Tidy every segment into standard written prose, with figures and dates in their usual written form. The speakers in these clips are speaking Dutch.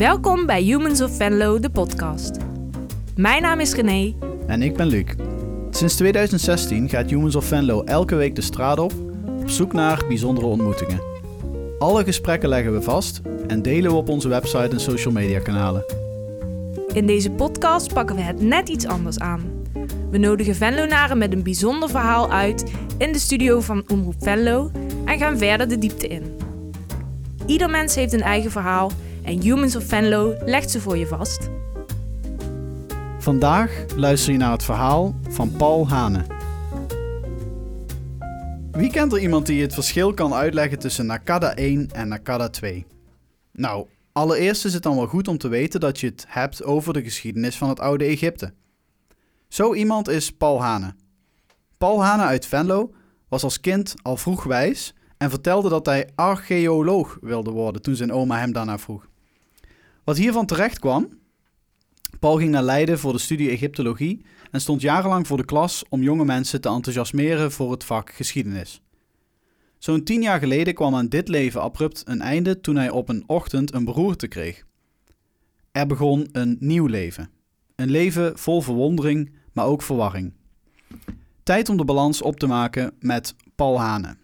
Welkom bij Humans of Venlo, de podcast. Mijn naam is René. En ik ben Luc. Sinds 2016 gaat Humans of Venlo elke week de straat op zoek naar bijzondere ontmoetingen. Alle gesprekken leggen we vast en delen we op onze website en social media kanalen. In deze podcast pakken we het net iets anders aan. We nodigen Venlonaren met een bijzonder verhaal uit in de studio van Omroep Venlo en gaan verder de diepte in. Ieder mens heeft een eigen verhaal en Humans of Venlo legt ze voor je vast. Vandaag luister je naar het verhaal van Paul Hane. Wie kent er iemand die het verschil kan uitleggen tussen Nakada 1 en Nakada 2? Nou, allereerst is het dan wel goed om te weten dat je het hebt over de geschiedenis van het oude Egypte. Zo iemand is Paul Hane. Paul Hane uit Venlo was als kind al vroeg wijs en vertelde dat hij archeoloog wilde worden toen zijn oma hem daarna vroeg. Wat hiervan terecht kwam, Paul ging naar Leiden voor de studie Egyptologie en stond jarenlang voor de klas om jonge mensen te enthousiasmeren voor het vak geschiedenis. Zo'n 10 jaar geleden kwam aan dit leven abrupt een einde toen hij op een ochtend een beroerte kreeg. Er begon een nieuw leven. Een leven vol verwondering, maar ook verwarring. Tijd om de balans op te maken met Paul Hane.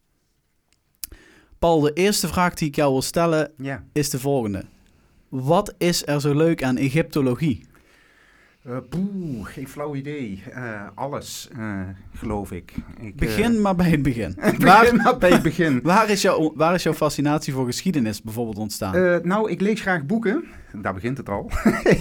Paul, de eerste vraag die ik jou wil stellen is de volgende. Wat is er zo leuk aan Egyptologie? Geen flauw idee. Alles, geloof ik. Begin maar bij het begin. Waar is jouw fascinatie voor geschiedenis bijvoorbeeld ontstaan? Ik lees graag boeken. Daar begint het al.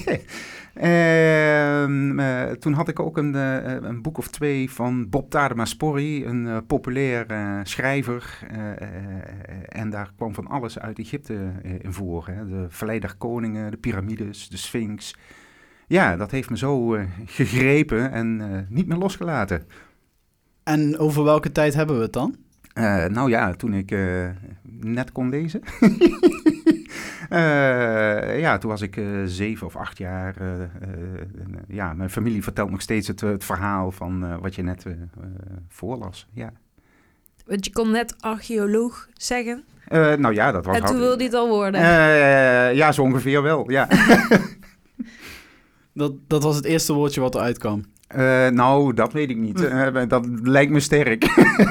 Toen had ik ook een boek of 2 van Bob Tadema-Sporri, een populair schrijver. En daar kwam van alles uit Egypte in voor. Hè. De Vallei der Koningen, de piramides, de Sphinx. Ja, dat heeft me zo gegrepen en niet meer losgelaten. En over welke tijd hebben we het dan? Toen ik net kon lezen. Toen was ik 7 of 8 jaar. Mijn familie vertelt nog steeds het verhaal van wat je net voorlas. Ja. Want je kon net archeoloog zeggen. Dat was... En toen wilde hij het al worden. Ja, zo ongeveer wel, ja. Dat was het eerste woordje wat eruit kwam. Dat weet ik niet. Dat lijkt me sterk.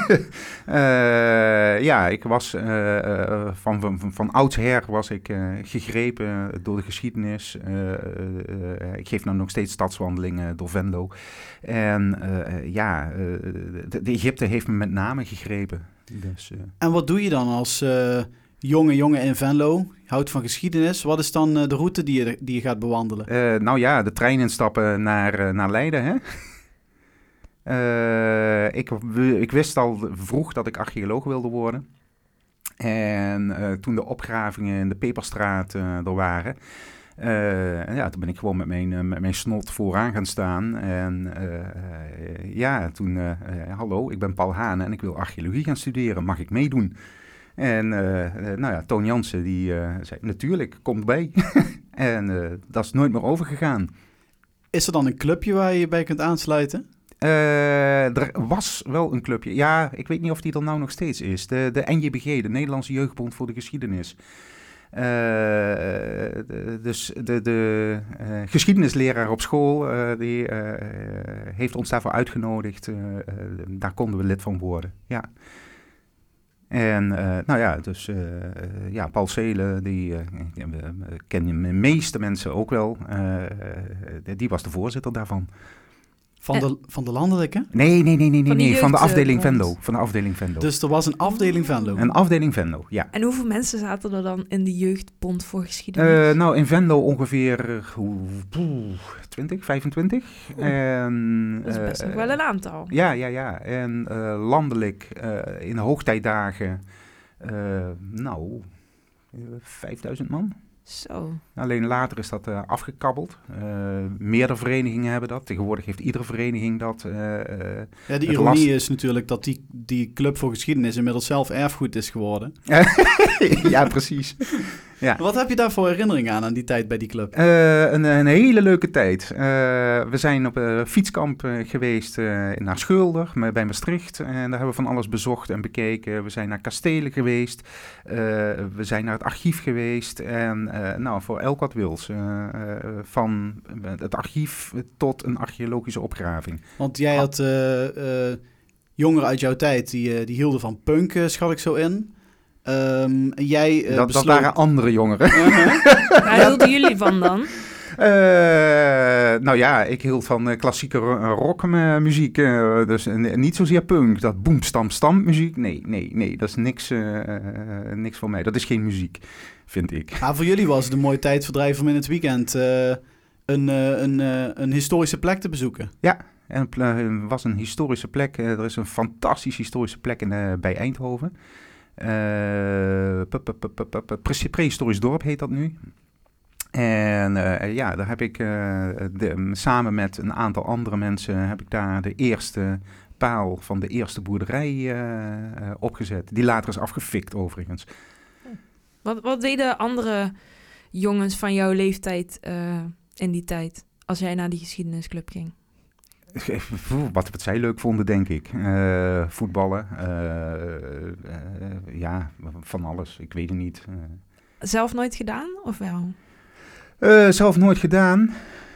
Ik was van oudsher was ik gegrepen door de geschiedenis. Ik geef nou nog steeds stadswandelingen door Venlo. En de Egypte heeft me met name gegrepen. Dus, En wat doe je dan als jonge jongen in Venlo? Houdt van geschiedenis. Wat is dan de route die je gaat bewandelen? De trein instappen naar Leiden, hè? Ik wist al vroeg dat ik archeoloog wilde worden. En toen de opgravingen in de Peperstraat er waren... toen ben ik gewoon met mijn snot vooraan gaan staan. En toen... hallo, ik ben Paul Hane en ik wil archeologie gaan studeren. Mag ik meedoen? En Toon Jansen die zei, natuurlijk, kom bij. En dat is nooit meer overgegaan. Is er dan een clubje waar je je bij kunt aansluiten? Er was wel een clubje. Ja, ik weet niet of die er nou nog steeds is. De NJBG, de Nederlandse Jeugdbond voor de Geschiedenis. De geschiedenisleraar op school, die heeft ons daarvoor uitgenodigd. Daar konden we lid van worden, ja. En Paul Seelen, die kennen de meeste mensen ook wel. Die was de voorzitter daarvan. Van de landelijke? Nee, van de afdeling Venlo. Dus er was een afdeling Venlo? Een afdeling Venlo, ja. En hoeveel mensen zaten er dan in de jeugdbond voor geschiedenis? In Venlo ongeveer 20, 25. Dat is best nog wel een aantal. Ja. En landelijk in de hoogtijdagen 5000 man. Zo. Alleen later is dat afgekabbeld. Meerdere verenigingen hebben dat. Tegenwoordig heeft iedere vereniging dat. De ironie is natuurlijk dat die club voor geschiedenis inmiddels zelf erfgoed is geworden. Ja, precies. Ja. Wat heb je daar voor herinneringen aan die tijd bij die club? Een hele leuke tijd. We zijn op een fietskamp geweest naar Schulder, bij Maastricht. En daar hebben we van alles bezocht en bekeken. We zijn naar kastelen geweest. We zijn naar het archief geweest. En voor elk wat wils. Van het archief tot een archeologische opgraving. Want jij had jongeren uit jouw tijd, die hielden van punk, schat ik zo in. Jij dat waren andere jongeren. Waar hielden jullie van dan? Ik hield van klassieke rockmuziek. Dus niet zozeer punk. Dat boem, stam, stam muziek. Nee. Dat is niks voor mij. Dat is geen muziek, vind ik. Maar voor jullie was het een mooie tijdverdrijf om in het weekend een historische plek te bezoeken. Ja. En het was een historische plek. Er is een fantastische historische plek bij Eindhoven. Prehistorisch dorp heet dat nu. En daar heb ik samen met een aantal andere mensen heb ik daar de eerste paal van de eerste boerderij opgezet. Die later is afgefikt overigens. Wat deden andere jongens van jouw leeftijd in die tijd, als jij naar die geschiedenisclub ging? Wat zij leuk vonden, denk ik. Voetballen. Van alles. Ik weet het niet. Zelf nooit gedaan, of wel? Zelf nooit gedaan.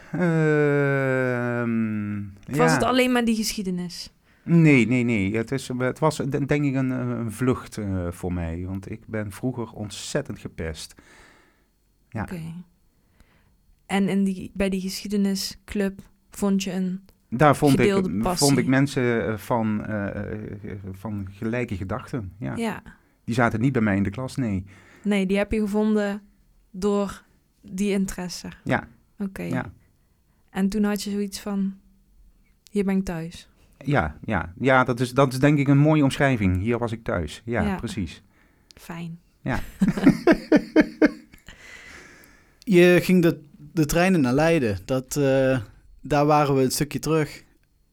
Of was het alleen maar die geschiedenis? Nee. Het was denk ik een vlucht voor mij. Want ik ben vroeger ontzettend gepest. Ja. Oké. En bij die geschiedenisclub vond je een... Daar vond ik mensen van gelijke gedachten. Ja. Die zaten niet bij mij in de klas, nee. Nee, die heb je gevonden door die interesse. Ja. Oké. Ja. En toen had je zoiets van, hier ben ik thuis. Ja, dat is denk ik een mooie omschrijving. Hier was ik thuis. Ja. Precies. Fijn. Ja. Je ging de treinen naar Leiden. Daar waren we een stukje terug.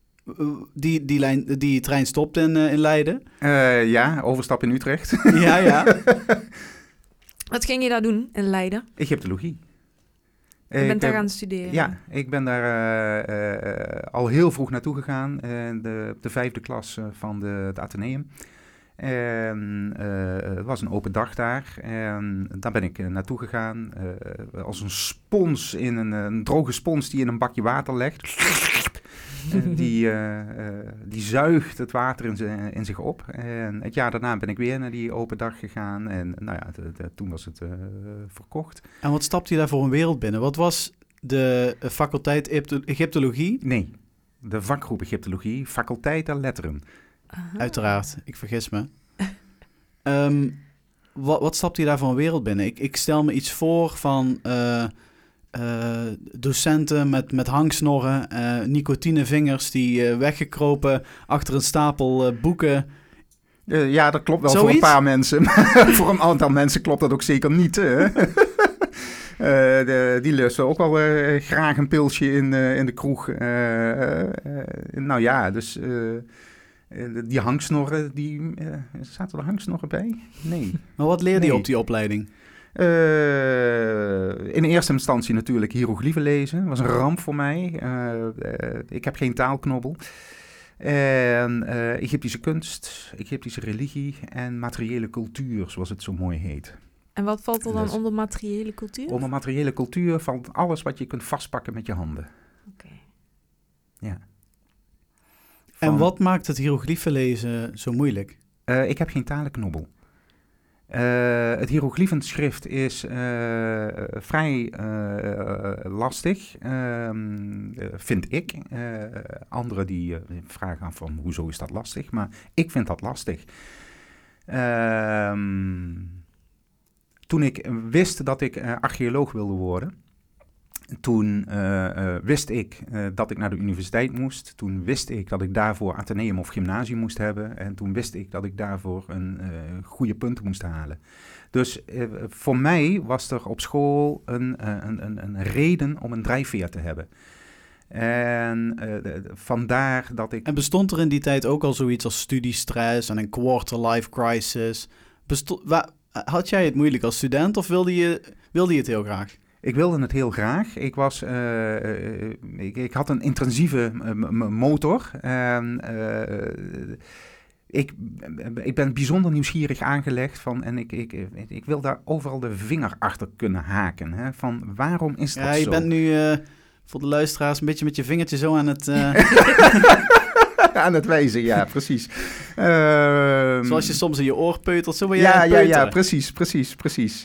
Die trein stopt in Leiden. Overstap in Utrecht. Ja. Wat ging je daar doen in Leiden? Egyptologie. Je bent daar gaan studeren? Ja, ik ben daar al heel vroeg naartoe gegaan. De 5e klas van het Atheneum. En het was een open dag daar. En daar ben ik naartoe gegaan. Als een spons, een droge spons die in een bakje water legt. Die zuigt het water in zich op. En het jaar daarna ben ik weer naar die open dag gegaan. En toen was het verkocht. En wat stapte je daar voor een wereld binnen? Wat was de faculteit Egyptologie? Nee, de vakgroep Egyptologie, faculteit der letteren. Aha. Uiteraard, ik vergis me. Wat stapte je daar voor een wereld binnen? Ik stel me iets voor van docenten met hangsnorren, nicotinevingers die weggekropen achter een stapel boeken. Ja, dat klopt wel Zoiets? voor een paar mensen. Maar voor een aantal mensen klopt dat ook zeker niet. Die lusten ook wel graag een pilsje in de kroeg. Dus die hangsnorren, zaten er hangsnorren bij? Nee. Maar wat leerde je op die opleiding? In eerste instantie natuurlijk hieroglyphen lezen. Dat was een ramp voor mij. Ik heb geen taalknobbel. En Egyptische kunst, Egyptische religie en materiële cultuur, zoals het zo mooi heet. En wat valt er dan onder materiële cultuur? Onder materiële cultuur valt alles wat je kunt vastpakken met je handen. Oké. Ja. En wat maakt het hieroglyphen lezen zo moeilijk? Ik heb geen talenknobbel. Het hieroglyphenschrift is vrij lastig, vind ik. Anderen die vragen af van hoezo is dat lastig, maar ik vind dat lastig. Toen ik wist dat ik archeoloog wilde worden, toen wist ik dat ik naar de universiteit moest. Toen wist ik dat ik daarvoor atheneum of gymnasium moest hebben. En toen wist ik dat ik daarvoor een goede punten moest halen. Dus voor mij was er op school een reden om een drijfveer te hebben. En vandaar dat ik... En bestond er in die tijd ook al zoiets als studiestress en een quarter-life crisis? Had jij het moeilijk als student of wilde je het heel graag? Ik wilde het heel graag. Ik had een intensieve motor. Ik ben bijzonder nieuwsgierig aangelegd en ik wil daar overal de vinger achter kunnen haken. Hè, van waarom is dat zo? Ja, je bent nu voor de luisteraars een beetje met je vingertje zo aan het... aan het wijzen, ja, precies. Zoals je soms in je oor peutert, zo wil jij peuteren. Ja, precies.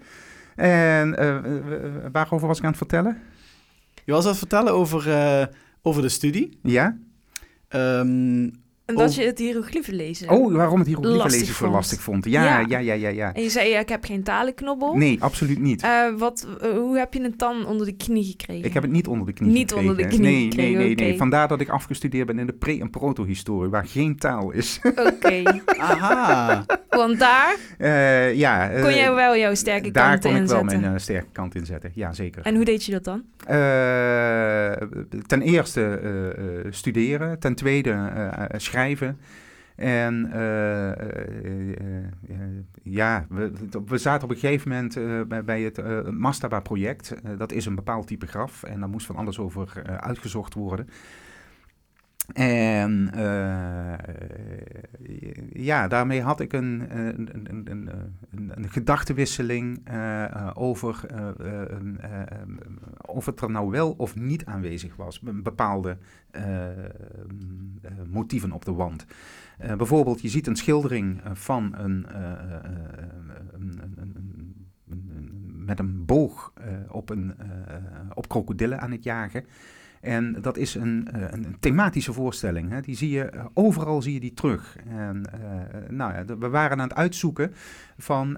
Waarover was ik aan het vertellen? Je was aan het vertellen over de studie. Ja. En dat je het hieroglyphen lezen Oh, waarom het hieroglyphen lastig lezen zo vond. lastig vond. Ja. En je zei, ik heb geen talenknobbel. Nee, absoluut niet. Hoe heb je het dan onder de knie gekregen? Ik heb het niet onder de knie Niet gekregen. onder de knie gekregen, Nee. oké. Vandaar dat ik afgestudeerd ben in de pre- en proto-historie, waar geen taal is. Oké. Aha. Want daar kon jij wel jouw sterke daar kanten kon ik wel inzetten. mijn sterke kant inzetten, ja zeker. En hoe deed je dat dan? Ten eerste studeren, ten tweede schrijven. En we zaten op een gegeven moment bij het Mastaba-project. Dat is een bepaald type graf en daar moest van alles over uitgezocht worden. En daarmee had ik een gedachtenwisseling over of het er nou wel of niet aanwezig was. Bepaalde motieven op de wand. Bijvoorbeeld, je ziet een schildering van met een boog op krokodillen aan het jagen. En dat is een thematische voorstelling. Hè. Die zie je, overal zie je die terug. En, we waren aan het uitzoeken van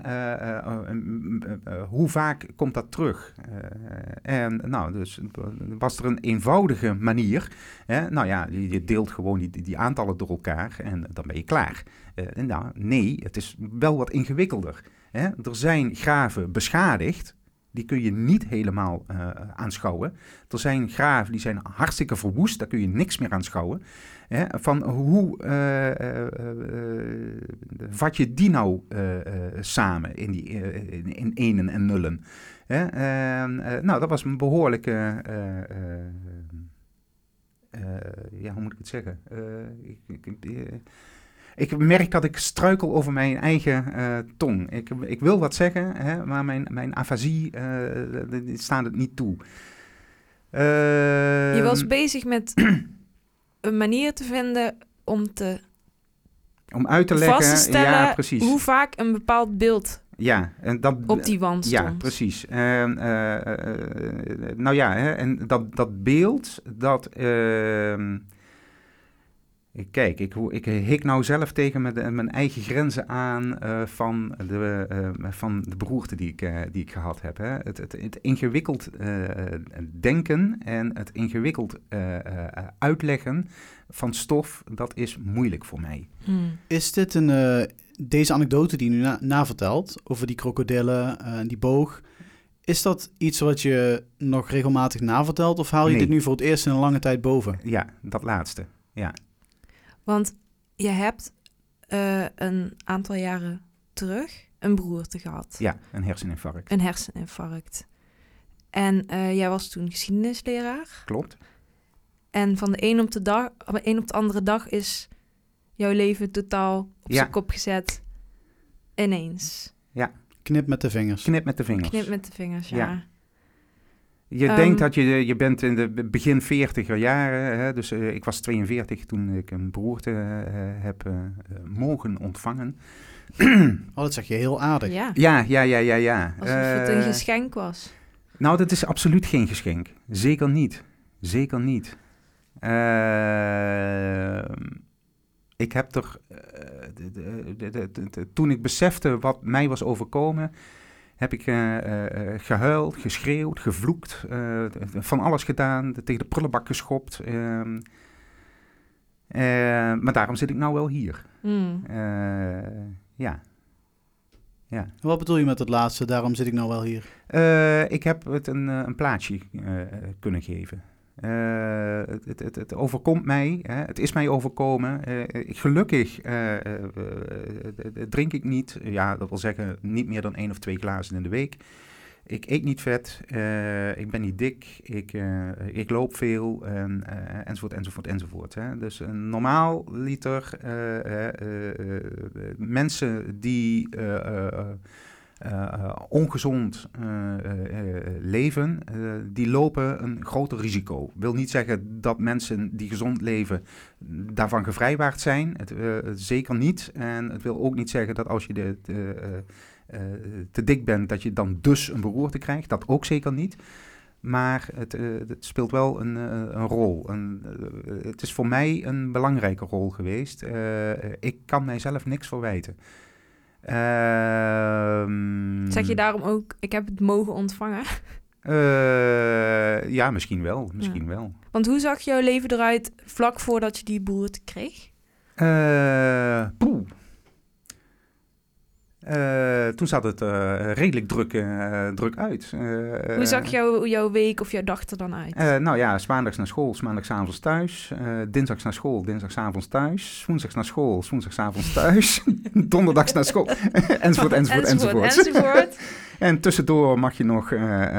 hoe vaak komt dat terug. Dus was er een eenvoudige manier. Hè. Je deelt gewoon die aantallen door elkaar en dan ben je klaar. Nee, het is wel wat ingewikkelder. Hè. Er zijn graven beschadigd. Die kun je niet helemaal aanschouwen. Er zijn graven die zijn hartstikke verwoest. Daar kun je niks meer aanschouwen. Van hoe vat je die nou samen in enen en nullen? Dat was een behoorlijke... hoe moet ik het zeggen? Ik merk dat ik struikel over mijn eigen tong. Ik wil wat zeggen, hè, maar mijn afasie staat het niet toe. Je was bezig met een manier te vinden om uit te leggen, vast te stellen ja, precies. hoe vaak een bepaald beeld op die wand stond. Ja, precies. En dat beeld, dat... Kijk, ik hik nou zelf tegen mijn eigen grenzen aan van de beroerte die ik gehad heb. Hè. Het ingewikkeld denken en het ingewikkeld uitleggen van stof, dat is moeilijk voor mij. Is dit deze anekdote die je nu navertelt over die krokodillen en die boog, is dat iets wat je nog regelmatig navertelt of haal je dit nu voor het eerst in een lange tijd boven? Ja, dat laatste, ja. Want je hebt een aantal jaren terug een broerte gehad. Ja, een herseninfarct. Een herseninfarct. En jij was toen geschiedenisleraar. Klopt. En van de een op de andere dag is jouw leven totaal op zijn kop gezet. Ineens. Ja. Knip met de vingers. Knip met de vingers. Knip met de vingers, ja. Je denkt dat je bent in de begin 40er jaren. Hè, dus ik was 42 toen ik een beroerte heb mogen ontvangen. Dat zeg je heel aardig. Ja. Ja. Alsof het een geschenk was. Nou, dat is absoluut geen geschenk. Zeker niet. Ik heb er... toen ik besefte wat mij was overkomen... heb ik gehuild, geschreeuwd, gevloekt, van alles gedaan, tegen de prullenbak geschopt. Maar daarom zit ik nou wel hier. Ja. Wat bedoel je met het laatste, daarom zit ik nou wel hier? Ik heb het een plaatsje kunnen geven. Het overkomt mij. Hè? Het is mij overkomen. Gelukkig drink ik niet. Ja, dat wil zeggen niet meer dan 1 of 2 glazen in de week. Ik eet niet vet. Ik ben niet dik. Ik loop veel. Enzovoort. Hè? Dus een normaal liter mensen die ongezond leven, die lopen een groter risico. Wil niet zeggen dat mensen die gezond leven daarvan gevrijwaard zijn. Zeker niet. En het wil ook niet zeggen dat als je te dik bent, dat je dan dus een beroerte krijgt. Dat ook zeker niet. Maar het speelt wel een rol. Het is voor mij een belangrijke rol geweest. Ik kan mijzelf niks verwijten. Zeg je daarom ook, ik heb het mogen ontvangen? Ja, misschien wel. Wel. Want hoe zag jouw leven eruit vlak voordat je die beroerte kreeg? Toen zat het redelijk druk uit. Hoe zag jouw week of jouw dag er dan uit? 's maandags naar school, 's maandagavonds thuis. Dinsdags naar school, dinsdagsavonds thuis. Woensdags naar school, woensdagsavonds thuis. Donderdags naar school. enzovoort. En tussendoor mag je nog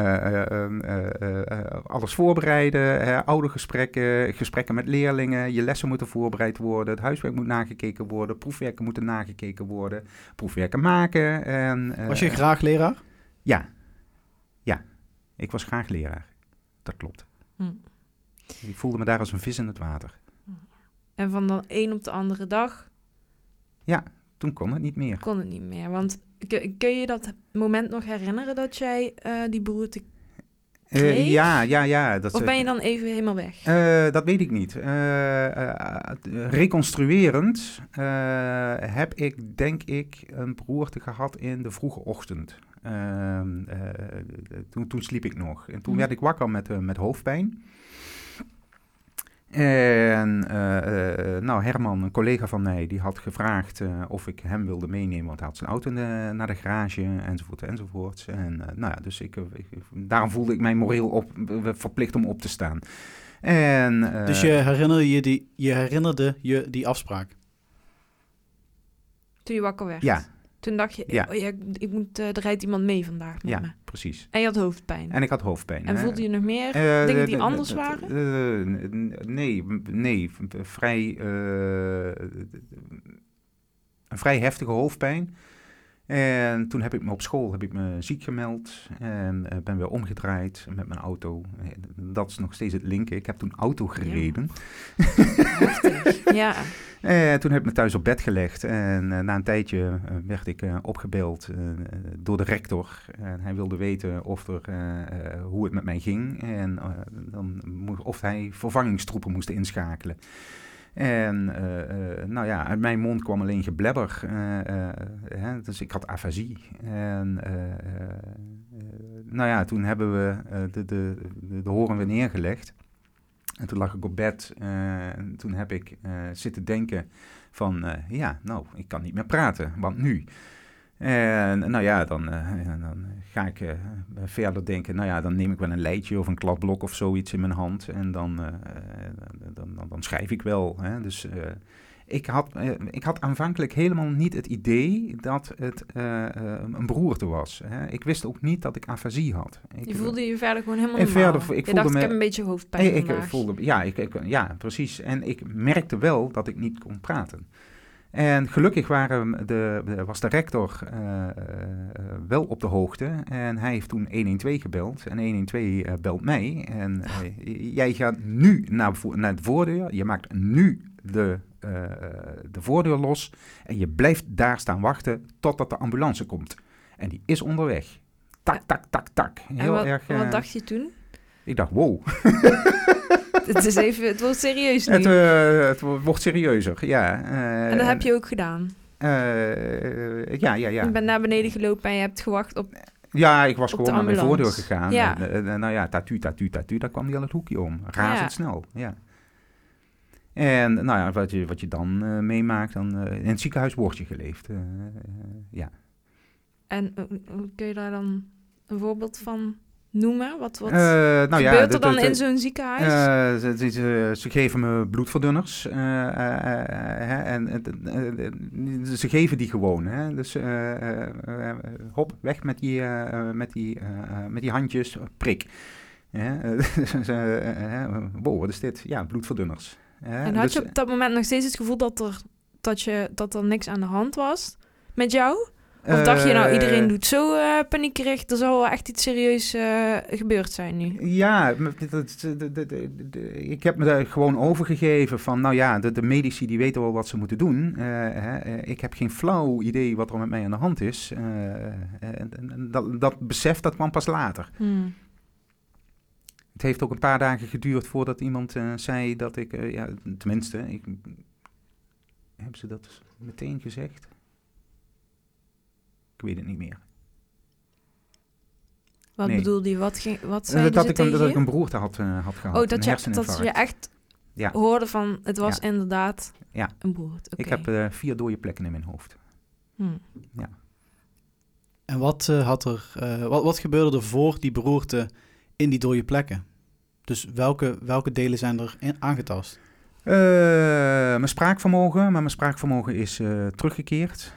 alles voorbereiden. Oudergesprekken, gesprekken met leerlingen. Je lessen moeten voorbereid worden. Het huiswerk moet nagekeken worden. Proefwerken moeten nagekeken worden. Proefwerken maken. Was je graag leraar? Ja, ik was graag leraar. Dat klopt. Ik voelde me daar als een vis in het water. En van de een op de andere dag? Ja, toen kon het niet meer. Want kun je dat moment nog herinneren dat jij die beroerte kreeg? Ja. Of ben je dan even helemaal weg? Dat weet ik niet. Reconstruerend heb ik, denk ik, een beroerte gehad in de vroege ochtend. Toen sliep ik nog. En toen werd ik wakker met hoofdpijn. En Herman, een collega van mij, die had gevraagd of ik hem wilde meenemen, want hij had zijn auto naar de garage, enzovoort. En dus daarom voelde ik mij moreel verplicht om op te staan. Dus je herinnerde je die afspraak? Toen je wakker werd? Ja. Toen dacht je, er rijdt iemand mee vandaag met me. Ja, precies. En je had hoofdpijn? En ik had hoofdpijn. En voelde je nog meer dingen die anders waren? Nee. Een vrij heftige hoofdpijn. En toen heb ik me op school ziek gemeld en ben weer omgedraaid met mijn auto. Dat is nog steeds het linker. Ik heb toen auto gereden. Ja. Toen heb ik me thuis op bed gelegd en na een tijdje werd ik opgebeld door de rector. En hij wilde weten hoe het met mij ging en of hij vervangingstroepen moest inschakelen. En uit mijn mond kwam alleen geblebber. Dus ik had afasie. En toen hebben we de horen weer neergelegd. En toen lag ik op bed en toen heb ik zitten denken van, ik kan niet meer praten, want nu? En dan ga ik verder denken, dan neem ik wel een leidje of een kladblok of zoiets in mijn hand en dan schrijf ik wel. Hè? Dus ik had aanvankelijk helemaal niet het idee dat het een beroerte was. Hè? Ik wist ook niet dat ik afasie had. Je voelde je verder gewoon helemaal normaal? Ik heb een beetje hoofdpijn vandaag. Ja, precies. En ik merkte wel dat ik niet kon praten. En gelukkig was de rector wel op de hoogte en hij heeft toen 112 gebeld en 112 belt mij en jij gaat nu naar de voordeur, je maakt nu de voordeur los en je blijft daar staan wachten totdat de ambulance komt. En die is onderweg. Tak, tak, tak, tak. Wat dacht je toen? Ik dacht, wow. Het wordt serieus nu. Het wordt serieuzer, ja. En dat heb je ook gedaan? Ja. Je bent naar beneden gelopen en je hebt gewacht op Ja, ik was gewoon naar mijn voordeur gegaan. Ja. En tatu, daar kwam hij al het hoekje om. Razendsnel, ja. En wat je dan meemaakt, dan in het ziekenhuis word je geleefd. Ja. En kun je daar dan een voorbeeld van noemen? Wat Nou ja, gebeurt er dan in zo'n ziekenhuis? Ze geven me bloedverdunners. Ze geven die gewoon. Hè? Dus hop, weg met die handjes, prik. Wow, wat is dit? Ja, bloedverdunners. En had je op dat moment nog steeds het gevoel dat er niks aan de hand was met jou? Of dacht je, nou, iedereen doet zo paniekerig, er zal wel echt iets serieus gebeurd zijn nu? Ja, ik heb me daar gewoon overgegeven van, nou ja, de medici die weten wel wat ze moeten doen. Ik heb geen flauw idee wat er met mij aan de hand is. Dat besef, dat kwam pas later. Het heeft ook een paar dagen geduurd voordat iemand zei dat ik, hebben ze dat meteen gezegd? Ik weet het niet meer. Wat bedoelde je? Wat zei dat ze tegen je? Dat ik een beroerte had gehad. Dat je echt hoorde van, het was inderdaad een beroerte. Okay. Ik heb 4 dode plekken in mijn hoofd. Ja. En wat gebeurde er voor die beroerte in die dode plekken? Dus welke delen zijn er aangetast? Mijn spraakvermogen is teruggekeerd.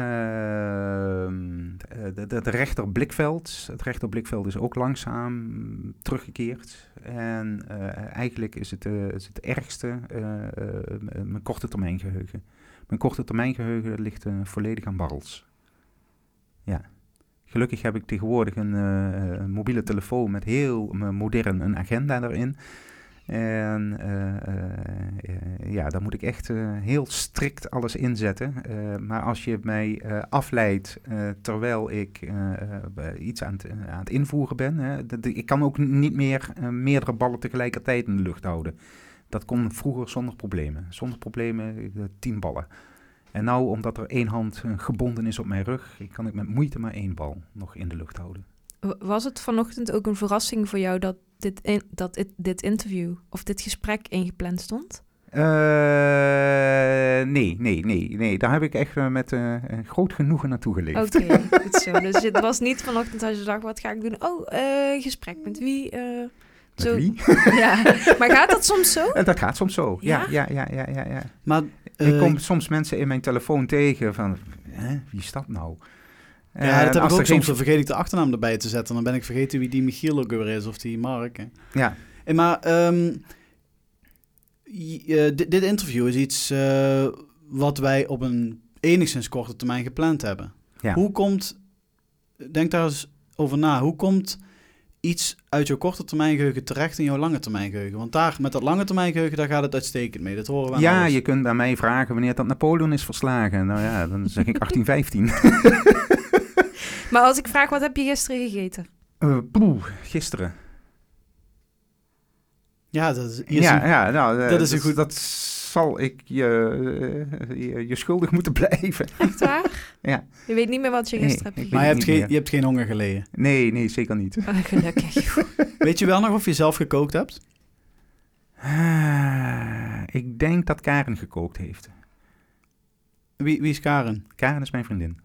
Het rechterblikveld. Het rechterblikveld is ook langzaam teruggekeerd. En eigenlijk is het ergste mijn korte termijn geheugen. Mijn korte termijn geheugen ligt volledig aan barrels. Ja. Gelukkig heb ik tegenwoordig een mobiele telefoon met heel modern een agenda erin. En daar moet ik echt heel strikt alles inzetten. Maar als je mij afleidt terwijl ik iets aan het invoeren ben... ik kan ook niet meer meerdere ballen tegelijkertijd in de lucht houden. Dat kon vroeger zonder problemen. Zonder problemen 10 ballen. En nou, omdat er 1 hand gebonden is op mijn rug... kan ik met moeite maar 1 bal nog in de lucht houden. Was het vanochtend ook een verrassing voor jou dat dit interview of dit gesprek ingepland stond? Nee. Daar heb ik echt met groot genoegen naartoe geleefd. Oké, goed zo. Dus het was niet vanochtend als je dacht, wat ga ik doen? Gesprek met wie? Met wie? Ja, maar gaat dat soms zo? Dat gaat soms zo, ja. Maar ik kom soms mensen in mijn telefoon tegen van, wie is dat nou? Ja, dat heb ik ook soms. Dan vergeet ik de achternaam erbij te zetten. Dan ben ik vergeten wie die Michiel ook weer is of die Mark. Hè. Ja. Maar dit interview is iets wat wij op een enigszins korte termijn gepland hebben. Ja. Denk daar eens over na, hoe komt iets uit jouw korte termijn geheugen terecht in jouw lange termijn geheugen? Want met dat lange termijn geheugen, daar gaat het uitstekend mee. Dat horen we aan alles. Je kunt bij mij vragen wanneer dat Napoleon is verslagen. Nou ja, dan zeg ik 1815. Maar als ik vraag, wat heb je gisteren gegeten? Gisteren. Ja, dat is een goed... Dat zal ik je schuldig moeten blijven. Echt waar? Ja. Je weet niet meer wat je gisteren hebt gegeten? Maar je hebt geen honger geleden? Nee, zeker niet. Gelukkig. Weet je wel nog of je zelf gekookt hebt? Ik denk dat Karen gekookt heeft. Wie is Karen? Karen is mijn vriendin.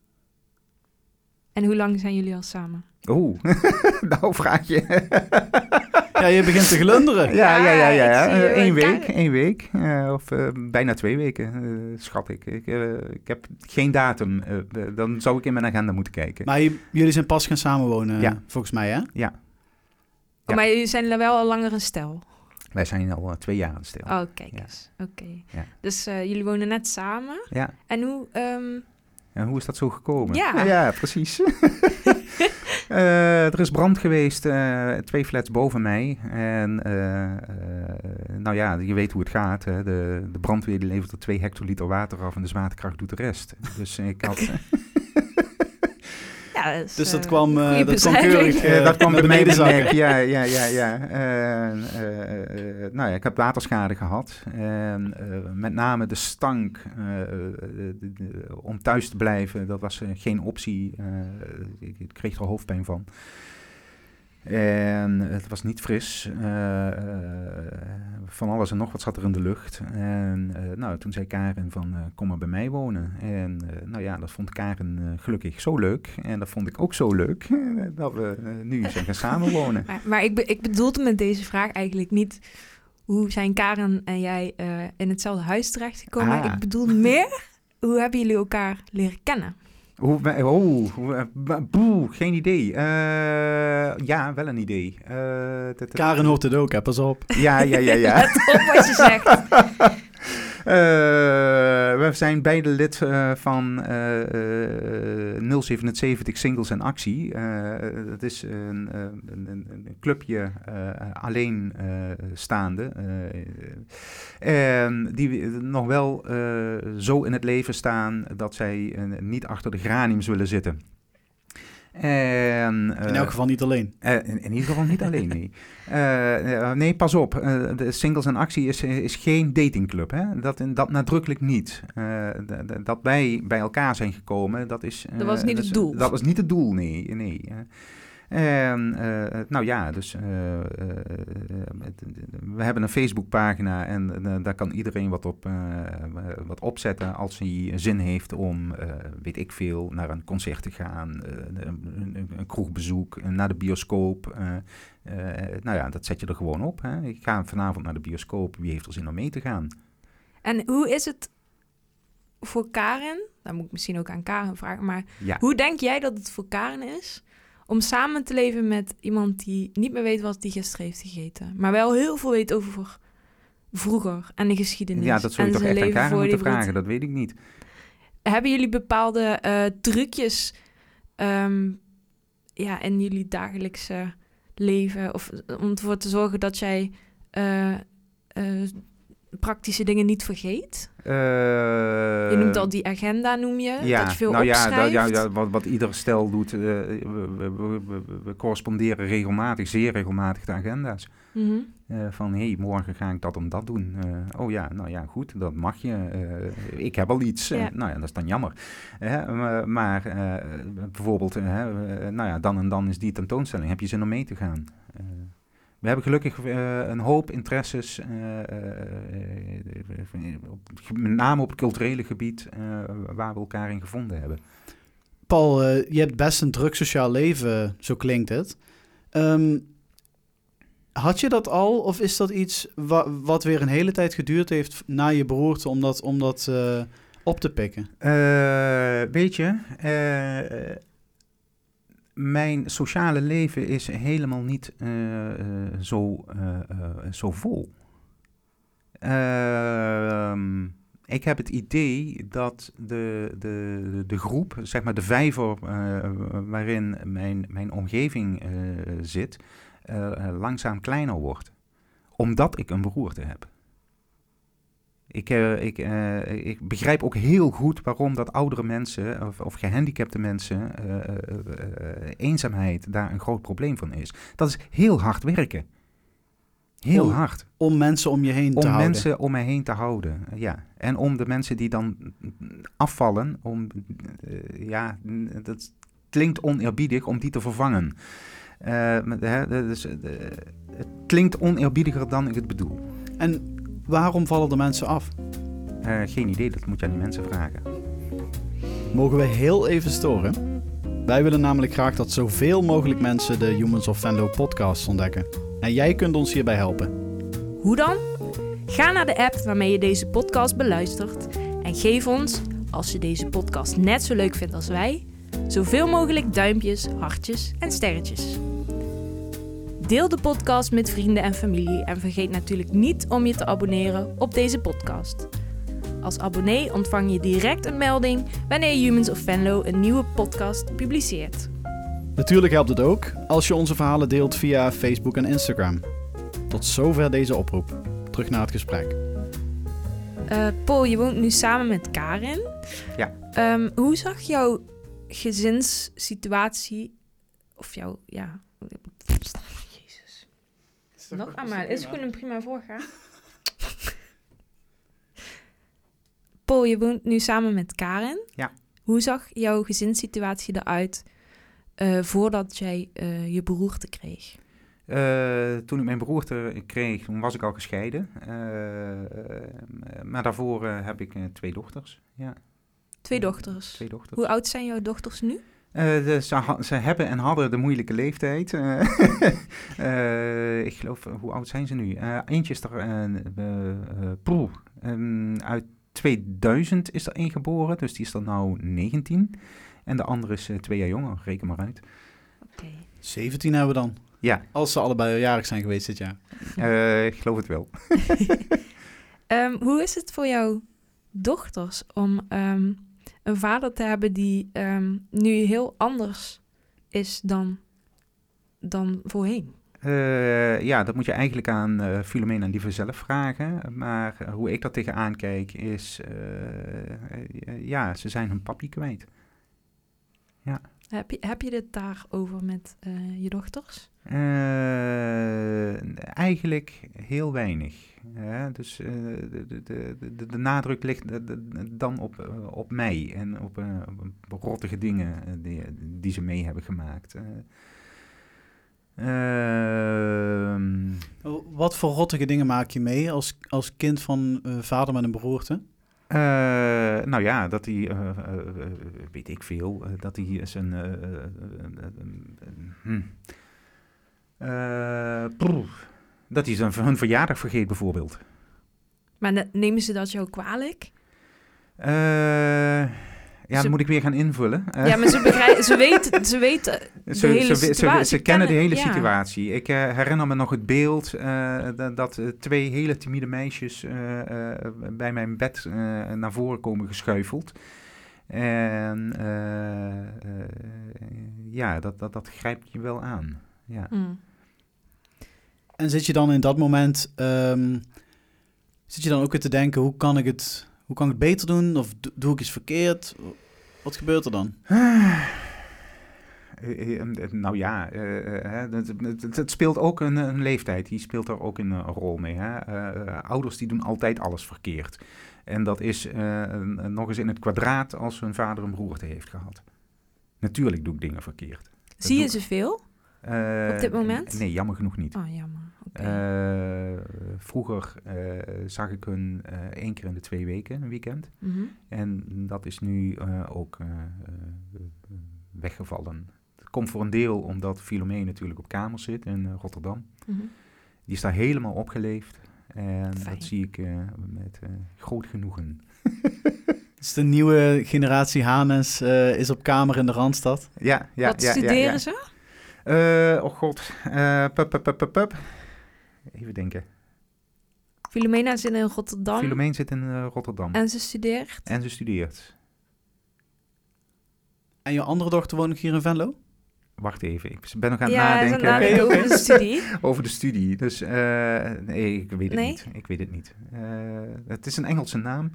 En hoe lang zijn jullie al samen? Nou vraag je. Ja, je begint te glunderen. Ja. 1 week. Of bijna 2 weken, schat ik. Ik heb geen datum. Dan zou ik in mijn agenda moeten kijken. Maar jullie zijn pas gaan samenwonen, volgens mij, hè? Ja. Maar jullie zijn wel al langer een stel? Wij zijn al 2 jaar een stel. Oh, kijk eens. Oké. Ja. Dus jullie wonen net samen. Ja. En hoe... En hoe is dat zo gekomen? Ja, precies. Er is brand geweest, 2 flats boven mij. En je weet hoe het gaat. Hè? De brandweer die levert er 2 hectoliter water af en de zwaartekracht doet de rest. Dus ik had... Dus dat kwam keurig. Dat kwam bij mij zakken. Ja. Ik heb waterschade gehad. En met name de stank om thuis te blijven, dat was geen optie. Ik kreeg er hoofdpijn van. En het was niet fris. Van alles en nog wat zat er in de lucht. En toen zei Karen van, kom maar bij mij wonen. En dat vond Karen gelukkig zo leuk. En dat vond ik ook zo leuk, dat we nu zijn gaan samenwonen. Maar ik bedoelde met deze vraag eigenlijk niet... hoe zijn Karen en jij in hetzelfde huis terechtgekomen. Ik bedoel meer, hoe hebben jullie elkaar leren kennen? Geen idee. Ja, wel een idee. Karen hoort het ook, hè? Pas op. Ja. Let op wat je zegt. We zijn beide lid van 077 Singles in Actie. Dat is een clubje alleen staande. Die nog wel zo in het leven staan dat zij niet achter de graniums willen zitten. In elk geval niet alleen. In ieder geval niet alleen, nee. Nee, pas op. De Singles in Actie is geen datingclub. Hè? Dat nadrukkelijk niet. Dat wij bij elkaar zijn gekomen, dat is... dat was niet het doel. Dat was niet het doel, nee. We hebben een Facebookpagina en daar kan iedereen wat opzetten als hij zin heeft om, weet ik veel, naar een concert te gaan, een kroegbezoek, naar de bioscoop. Dat zet je er gewoon op. Hè. Ik ga vanavond naar de bioscoop, wie heeft er zin om mee te gaan? En hoe is het voor Karen? Dat moet ik misschien ook aan Karen vragen, maar hoe denk jij dat het voor Karen is om samen te leven met iemand die niet meer weet wat die gisteren heeft gegeten, maar wel heel veel weet over vroeger en de geschiedenis? Ja, dat zou je toch echt aan Karen moeten vragen, dat weet ik niet. Hebben jullie bepaalde trucjes in jullie dagelijkse leven, of om ervoor te zorgen dat jij praktische dingen niet vergeet? Je noemt al die agenda, noem je? Ja, dat je veel opschrijft? Wat ieder stel doet. We corresponderen zeer regelmatig de agenda's. Mm-hmm. Van, morgen ga ik dat en dat doen. Goed, dat mag je. Ik heb al iets. Dat is dan jammer. Maar bijvoorbeeld, dan en dan is die tentoonstelling. Heb je zin om mee te gaan? We hebben gelukkig een hoop interesses, met name op het culturele gebied, waar we elkaar in gevonden hebben. Paul, je hebt best een druk sociaal leven, zo klinkt het. Had je dat al, of is dat iets wat weer een hele tijd geduurd heeft na je beroerte om dat op te pikken? Weet je, mijn sociale leven is helemaal niet zo vol. Ik heb het idee dat de groep, zeg maar de vijver waarin mijn omgeving zit, langzaam kleiner wordt. Omdat ik een beroerte heb. Ik begrijp ook heel goed waarom dat oudere mensen of gehandicapte mensen eenzaamheid daar een groot probleem van is. Dat is heel hard werken. Heel hard. Om mensen om je heen te houden. Om mensen om mij heen te houden, ja. En om de mensen die dan afvallen, dat klinkt oneerbiedig om die te vervangen. Het klinkt oneerbiediger dan ik het bedoel. En waarom vallen de mensen af? Geen idee, dat moet je aan die mensen vragen. Mogen we heel even storen? Wij willen namelijk graag dat zoveel mogelijk mensen de Humans of Venlo podcast ontdekken. En jij kunt ons hierbij helpen. Hoe dan? Ga naar de app waarmee je deze podcast beluistert en geef ons, als je deze podcast net zo leuk vindt als wij, zoveel mogelijk duimpjes, hartjes en sterretjes. Deel de podcast met vrienden en familie en vergeet natuurlijk niet om je te abonneren op deze podcast. Als abonnee ontvang je direct een melding wanneer Humans of Venlo een nieuwe podcast publiceert. Natuurlijk helpt het ook als je onze verhalen deelt via Facebook en Instagram. Tot zover deze oproep. Terug naar het gesprek. Paul, je woont nu samen met Karen. Ja. Hoe zag jouw gezinssituatie of jouw... Ja, Jezus. Nog aan het is gewoon een prima voorgaan. Paul, je woont nu samen met Karen. Ja. Hoe zag jouw gezinssituatie eruit voordat jij je beroerte kreeg? Toen ik mijn beroerte kreeg, toen was ik al gescheiden. Maar daarvoor heb ik 2 dochters. Ja. 2 dochters. 2 dochters. Hoe oud zijn jouw dochters nu? Ze hebben en hadden de moeilijke leeftijd. Ik geloof, hoe oud zijn ze nu? Eentje is er uit 2000 is er 1 geboren, dus die is er nou 19. En de andere is 2 jaar jonger, reken maar uit. Oké. 17 hebben we dan. Ja. Als ze allebei jarig zijn geweest dit jaar. Ik geloof het wel. Hoe is het voor jouw dochters om een vader te hebben die nu heel anders is dan voorheen? Ja, dat moet je eigenlijk aan Philomena en Lieve zelf vragen. Maar hoe ik daar tegenaan kijk is... ja, ze zijn hun papi kwijt. Ja. Heb je dit daarover met je dochters? Eigenlijk heel weinig. Dus de nadruk ligt dan op mij en op rottige dingen die ze mee hebben gemaakt. Wat voor rottige dingen maak je mee als kind van vader met een beroerte? Nou ja, dat hij, weet ik veel, dat hij zijn... dat hij hun verjaardag vergeet bijvoorbeeld. Maar nemen ze dat jou kwalijk? Ja, dan moet ik weer gaan invullen. Ja, maar ze weten de hele situatie. Ze kennen de hele ja. situatie. Ik herinner me nog het beeld dat 2 hele timide meisjes bij mijn bed naar voren komen geschuifeld. En ja, dat grijpt je wel aan. Ja. Mm. En zit je dan in dat moment, zit je dan ook weer te denken, hoe kan ik het beter doen? Of doe ik iets verkeerd? Wat gebeurt er dan? Nou ja, het speelt ook een leeftijd. Die speelt er ook een rol mee. Hè? Ouders die doen altijd alles verkeerd. En dat is nog eens in het kwadraat als hun vader een beroerte heeft gehad. Natuurlijk doe ik dingen verkeerd. Zie je ze veel op dit moment? Nee, jammer genoeg niet. Oh, jammer. Okay. Vroeger zag ik hun 1 keer in de 2 weken, een weekend. Mm-hmm. En dat is nu ook weggevallen. Het komt voor een deel omdat Philomena natuurlijk op kamer zit in Rotterdam. Mm-hmm. Die is daar helemaal opgeleefd. En Fijn. dat zie ik met groot genoegen. Dus de nieuwe generatie Hanes is op kamer in de Randstad. Ja. Wat studeren ze? Oh god. Even denken. Philomena zit in Rotterdam. Philomena zit in Rotterdam. En ze studeert? En ze studeert. En je andere dochter woont nog hier in Venlo? Wacht even, ik ben nog aan het Ja, nadenken. over de studie. Over de studie. Dus nee, ik weet het niet. Ik weet het niet. Het is een Engelse naam.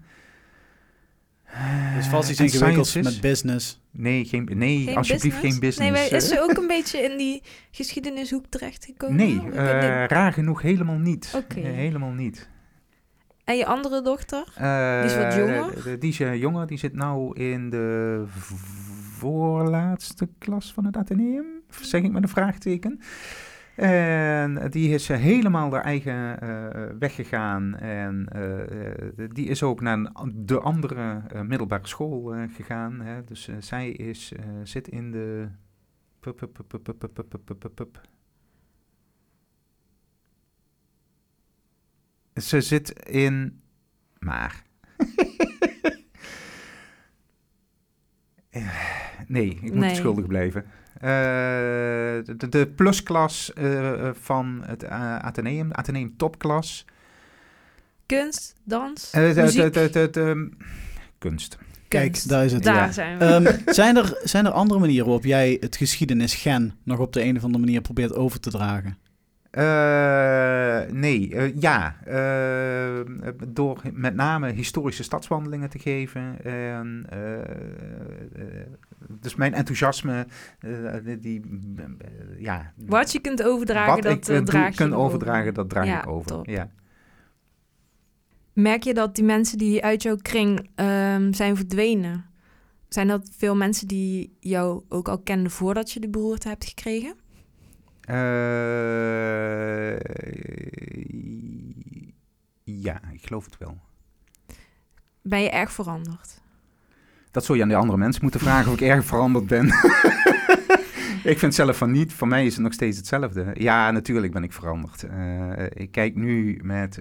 Dus vast iets en ingewikkelds sciences? met business. Nee, alsjeblieft geen business. Nee, maar is ze ook een beetje in die geschiedenishoek terechtgekomen? Nee, raar genoeg helemaal niet. Oké. Helemaal niet. En je andere dochter? Die is wat jonger? Die is jonger, die zit nou in de voorlaatste klas van het Atheneum. Zeg ik met een vraagteken. En die is helemaal haar eigen weg gegaan. En die is ook naar de andere middelbare school gegaan. Hè. Dus zij zit in de... Ze zit in... Maar... Nee, ik moet schuldig blijven. De plusklas van het Atheneum topklas. Kunst, dans, muziek? Kunst. Kijk, daar is het. Daar zijn we. Zijn er andere manieren waarop jij het geschiedenisgen nog op de een of andere manier probeert over te dragen? Door met name historische stadswandelingen te geven. Dus mijn enthousiasme, wat je kunt overdragen, dat draag je over. Ja. Merk je dat die mensen die uit jouw kring zijn verdwenen, Zijn dat veel mensen die jou ook al kenden voordat je de beroerte hebt gekregen? Ja, ik geloof het wel. Ben je erg veranderd? Dat zou je aan de andere mensen moeten vragen of ik erg veranderd ben. Ik vind zelf van niet. Voor mij is het nog steeds hetzelfde. Ja, natuurlijk ben ik veranderd. Ik kijk nu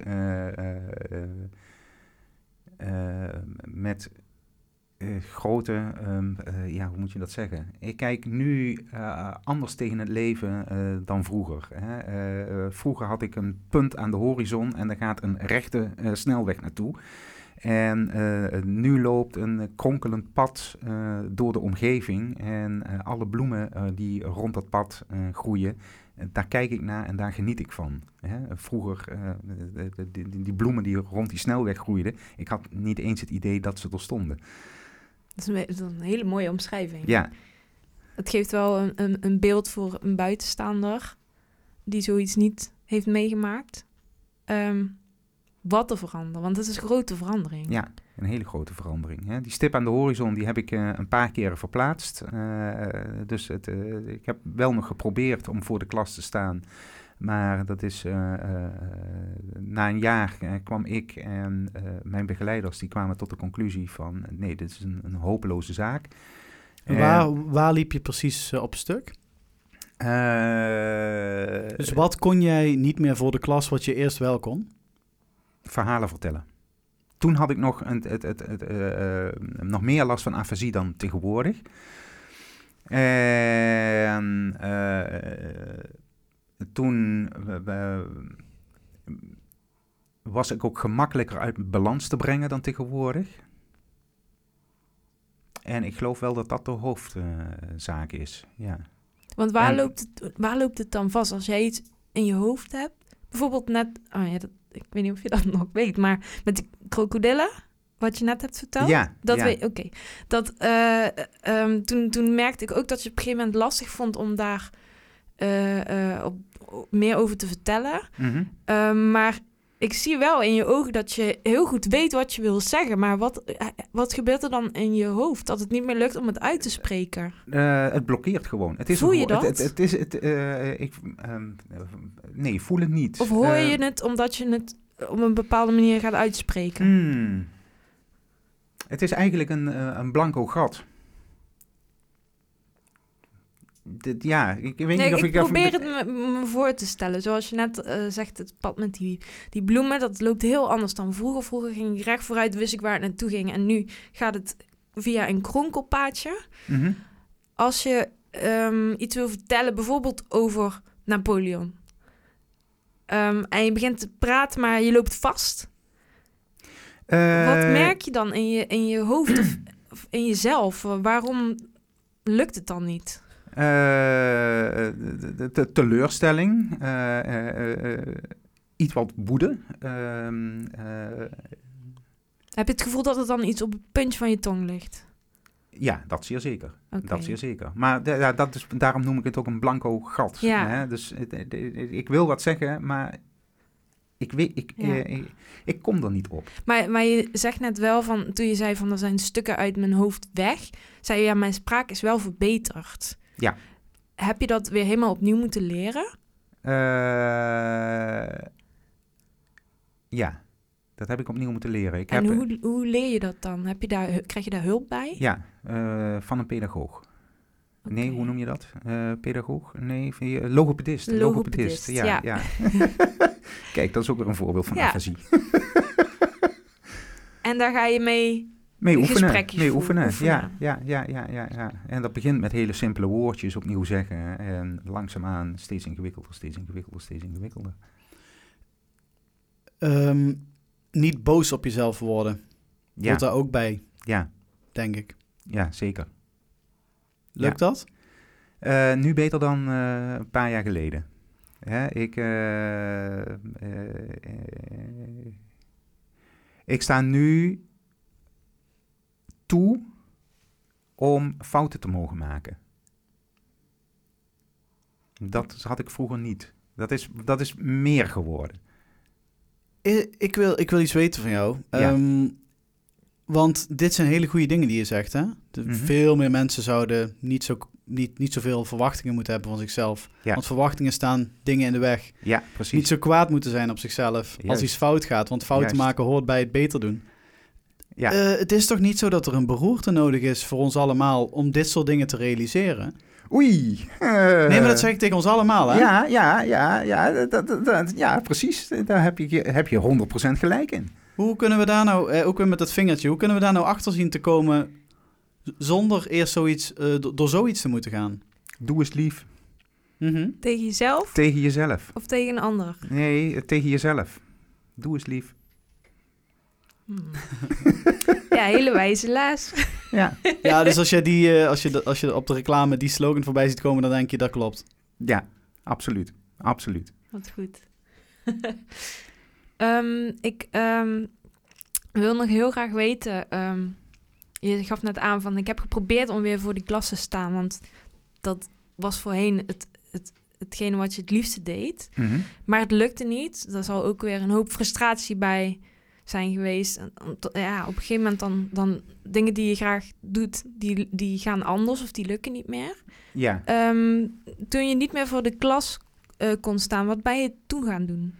met grote, hoe moet je dat zeggen? Ik kijk nu anders tegen het leven dan vroeger. Hè? Vroeger had ik een punt aan de horizon en daar gaat een rechte snelweg naartoe. En nu loopt een kronkelend pad door de omgeving en alle bloemen die rond dat pad groeien, daar kijk ik naar en daar geniet ik van. Hè? Vroeger, die bloemen die rond die snelweg groeiden, ik had niet eens het idee dat ze er stonden. Dat is een hele mooie omschrijving. Ja. Het geeft wel een beeld voor een buitenstaander die zoiets niet heeft meegemaakt. Wat er verandert, want het is een grote verandering. Ja, een hele grote verandering. Hè? Die stip aan de horizon die heb ik een paar keren verplaatst. Dus ik heb wel nog geprobeerd om voor de klas te staan. Maar dat is na een jaar kwam ik en mijn begeleiders die kwamen tot de conclusie van nee, dit is een hopeloze zaak. Waar liep je precies op stuk? Dus wat kon jij niet meer voor de klas wat je eerst wel kon? Verhalen vertellen. Toen had ik nog nog meer last van afasie dan tegenwoordig. En toen was ik ook gemakkelijker uit balans te brengen dan tegenwoordig. En ik geloof wel dat dat de hoofdzaak is, ja. Want waar loopt het dan vast als jij iets in je hoofd hebt? Bijvoorbeeld net, ik weet niet of je dat nog weet, maar met die krokodillen, wat je net hebt verteld. Ja. Oké. Toen merkte ik ook dat je op een gegeven moment lastig vond om daar meer over te vertellen. Mm-hmm. Maar ik zie wel in je ogen dat je heel goed weet wat je wil zeggen. Maar wat gebeurt er dan in je hoofd? Dat het niet meer lukt om het uit te spreken? Het blokkeert gewoon. Voel je dat? Nee, voel het niet. Of hoor je het omdat je het op een bepaalde manier gaat uitspreken? Het is eigenlijk een blanco gat. Ik weet niet of ik probeer het me voor te stellen. Zoals je net zegt, het pad met die bloemen, dat loopt heel anders dan vroeger. Vroeger ging ik recht vooruit, wist ik waar het naartoe ging. En nu gaat het via een kronkelpaadje. Mm-hmm. Als je iets wil vertellen, bijvoorbeeld over Napoleon. En je begint te praten, maar je loopt vast. Wat merk je dan in je hoofd of in jezelf? Waarom lukt het dan niet? De teleurstelling, iets wat woede. Heb je het gevoel dat het dan iets op het puntje van je tong ligt? Ja, dat zeer zeker. Okay. Dat zeer zeker. Maar daarom noem ik het ook een blanco gat. Ja. Hè? Dus ik wil wat zeggen, maar ik kom er niet op. Maar je zegt net wel, toen je zei van er zijn stukken uit mijn hoofd weg, zei je ja, mijn spraak is wel verbeterd. Ja. Heb je dat weer helemaal opnieuw moeten leren? Ja, dat heb ik opnieuw moeten leren. Hoe leer je dat dan? Krijg je daar hulp bij? Ja, van een pedagoog. Okay. Nee, hoe noem je dat? Pedagoog? Nee, logopedist. Logopedist, ja. Kijk, dat is ook weer een voorbeeld van afasie. En daar ga je mee oefenen. Ja. En dat begint met hele simpele woordjes opnieuw zeggen. En langzaamaan steeds ingewikkelder. Niet boos op jezelf worden. Hoort daar ook bij. Ja. Denk ik. Ja, zeker. Lukt dat? Nu beter dan een paar jaar geleden. Ik sta nu toe om fouten te mogen maken. Dat had ik vroeger niet. Dat is meer geworden. Ik wil iets weten van jou. Ja. Want dit zijn hele goede dingen die je zegt, hè? Veel meer mensen zouden niet zoveel verwachtingen moeten hebben van zichzelf. Ja. Want verwachtingen staan dingen in de weg. Ja, precies. Niet zo kwaad moeten zijn op zichzelf als iets fout gaat. Want fouten maken hoort bij het beter doen. Ja. Het is toch niet zo dat er een beroerte nodig is voor ons allemaal om dit soort dingen te realiseren? Oei. Nee, maar dat zeg ik tegen ons allemaal, hè? Ja, precies. Daar heb je 100% gelijk in. Hoe kunnen we daar nou, ook weer met dat vingertje, hoe kunnen we daar nou achter zien te komen zonder eerst door zoiets te moeten gaan? Doe eens lief. Mm-hmm. Tegen jezelf? Tegen jezelf. Of tegen een ander? Nee, tegen jezelf. Doe eens lief. Ja, hele wijze les. Ja, dus als je op de reclame die slogan voorbij ziet komen, dan denk je dat klopt. Ja, absoluut. Absoluut. Wat goed. Ik wil nog heel graag weten, je gaf net aan van ik heb geprobeerd om weer voor die klas te staan, want dat was voorheen hetgene wat je het liefste deed. Mm-hmm. Maar het lukte niet. Daar zal ook weer een hoop frustratie bij zijn geweest. En, ja, op een gegeven moment dan dingen die je graag doet, die gaan anders of die lukken niet meer. Ja. Toen je niet meer voor de klas kon staan, wat ben je toen gaan doen?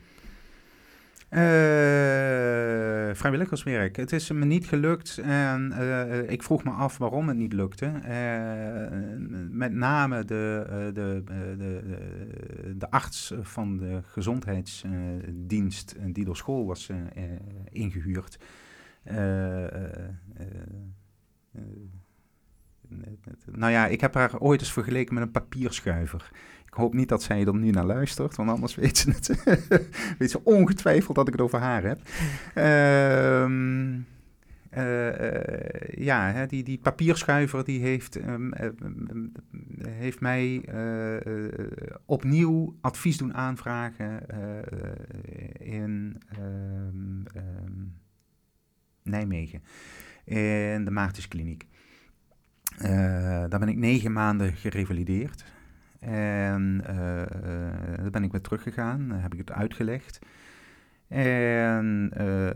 Vrijwilligerswerk. Het is me niet gelukt en ik vroeg me af waarom het niet lukte. Met name de arts van de gezondheidsdienst die door school was ingehuurd. Nou ja, ik heb haar ooit eens vergeleken met een papierschuiver. Ik hoop niet dat zij er nu naar luistert, want anders weet ze het. Weet ze ongetwijfeld dat ik het over haar heb. Die papierschuiver die heeft mij opnieuw advies doen aanvragen in Nijmegen, in de Maartenskliniek. Daar ben ik 9 maanden gerevalideerd. En daar ben ik weer teruggegaan, heb ik het uitgelegd. En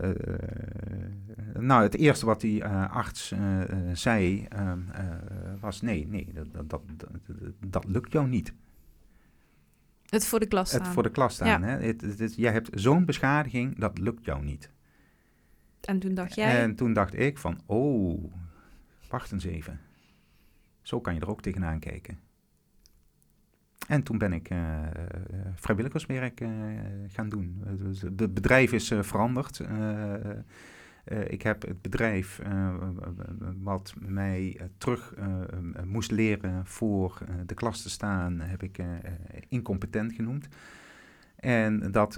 het eerste wat die arts zei was nee, dat lukt jou niet. Het voor de klas staan. Het voor de klas staan. Ja. Hè? Jij hebt zo'n beschadiging, dat lukt jou niet. En toen dacht jij? En toen dacht ik van, wacht eens even. Zo kan je er ook tegenaan kijken. En toen ben ik vrijwilligerswerk gaan doen. Dus het bedrijf is veranderd. Ik heb het bedrijf wat mij terug moest leren voor de klas te staan, heb ik incompetent genoemd. En dat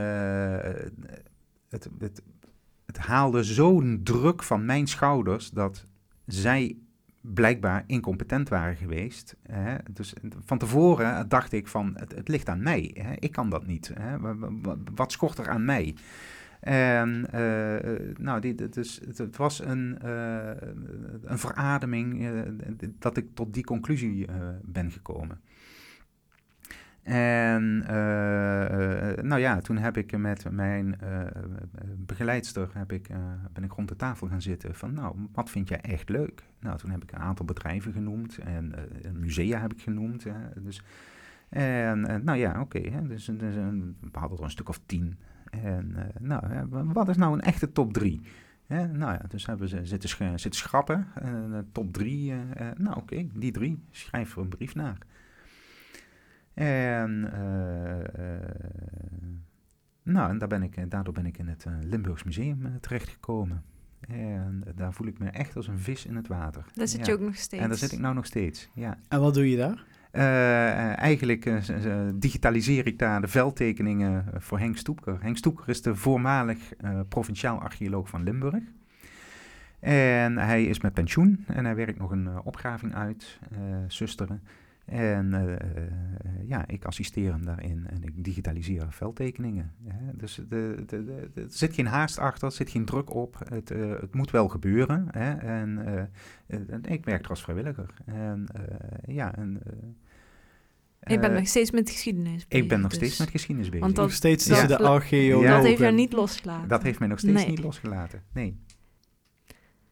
het haalde zo'n druk van mijn schouders dat zij blijkbaar incompetent waren geweest. Hè? Dus van tevoren dacht ik van, het ligt aan mij. Hè? Ik kan dat niet. Hè? Wat schort er aan mij? En het was een verademing dat ik tot die conclusie ben gekomen. En toen heb ik met mijn begeleidster ben ik rond de tafel gaan zitten van, wat vind jij echt leuk? Nou, toen heb ik een aantal bedrijven genoemd en musea heb ik genoemd. Dus we hadden er een stuk of 10. En wat is nou een echte top 3? Dus hebben ze zitten schrappen. Top 3, die 3, schrijf er een brief naar. En daardoor ben ik in het Limburgs Museum terechtgekomen. En daar voel ik me echt als een vis in het water. Daar zit je ook nog steeds. En daar zit ik nou nog steeds, ja. En wat doe je daar? Eigenlijk digitaliseer ik daar de veldtekeningen voor Henk Stoepker. Henk Stoepker is de voormalig provinciaal archeoloog van Limburg. En hij is met pensioen en hij werkt nog een opgraving uit, Susteren. En ik assisteer hem daarin en ik digitaliseer veldtekeningen. Dus er zit geen haast achter, er zit geen druk op. Het moet wel gebeuren. En ik werk er als vrijwilliger. Ik ben nog steeds met geschiedenis bezig. Ik ben nog steeds met geschiedenis bezig. Want nog steeds is de archeoloog. Dat heeft jou niet losgelaten. Dat heeft mij nog steeds niet losgelaten, nee.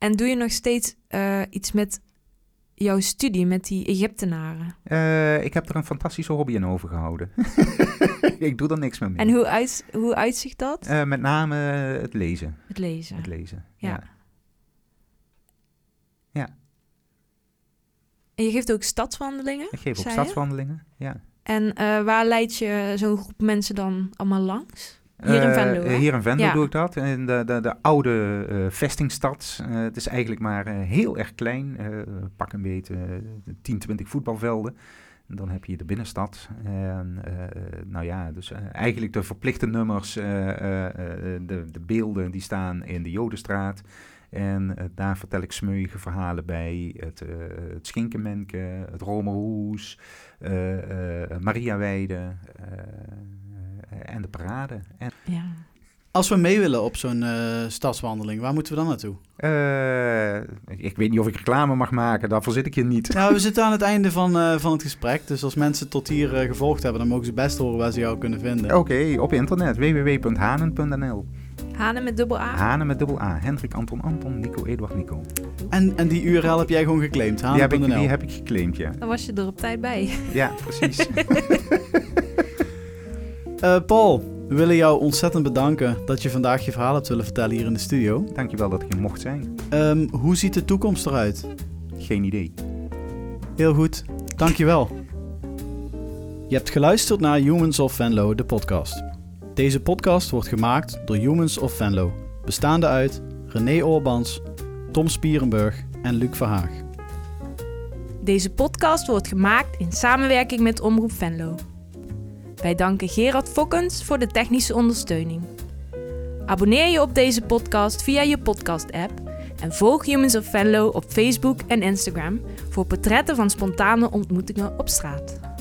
En doe je nog steeds iets met jouw studie, met die Egyptenaren? Ik heb er een fantastische hobby aan overgehouden. Ik doe er niks meer mee. En hoe uitzicht dat? Met name het lezen. Het lezen. Het lezen, Ja. ja. En je geeft ook stadswandelingen? Ik geef ook zei je? stadswandelingen, ja. En waar leid je zo'n groep mensen dan allemaal langs? Hier in Venlo, hè? Hier in Venlo Ja. doe ik dat. In de oude vestingstad. Het is eigenlijk maar heel erg klein. Pak een beetje 10, 20 voetbalvelden. En dan heb je de binnenstad. En dus eigenlijk de verplichte nummers, de beelden die staan in de Jodenstraat. En daar vertel ik smeuïge verhalen bij. Het Schinkenmenke, het Romerhoes, Mariaweide en de parade. Ja. Als we mee willen op zo'n stadswandeling, waar moeten we dan naartoe? Ik weet niet of ik reclame mag maken, daarvoor zit ik hier niet. Nou, we zitten aan het einde van het gesprek. Dus als mensen tot hier gevolgd hebben, dan mogen ze best horen waar ze jou kunnen vinden. Oké, op internet www.hanen.nl. Hanen met dubbel A? Hanen met dubbel A. Hendrik Anton Anton, Nico Eduard Nico. En die URL heb jij gewoon geclaimd, hanen.nl? Die heb ik geclaimd, ja. Dan was je er op tijd bij. Ja, precies. Paul, we willen jou ontzettend bedanken dat je vandaag je verhaal hebt willen vertellen hier in de studio. Dankjewel dat ik hier mocht zijn. Hoe ziet de toekomst eruit? Geen idee. Heel goed, dankjewel. Je hebt geluisterd naar Humans of Venlo, de podcast. Deze podcast wordt gemaakt door Humans of Venlo, bestaande uit René Oorbans, Tom Spierenburg en Luc Verhaag. Deze podcast wordt gemaakt in samenwerking met Omroep Venlo. Wij danken Gerard Fokkens voor de technische ondersteuning. Abonneer je op deze podcast via je podcast-app en volg Humans of Venlo op Facebook en Instagram voor portretten van spontane ontmoetingen op straat.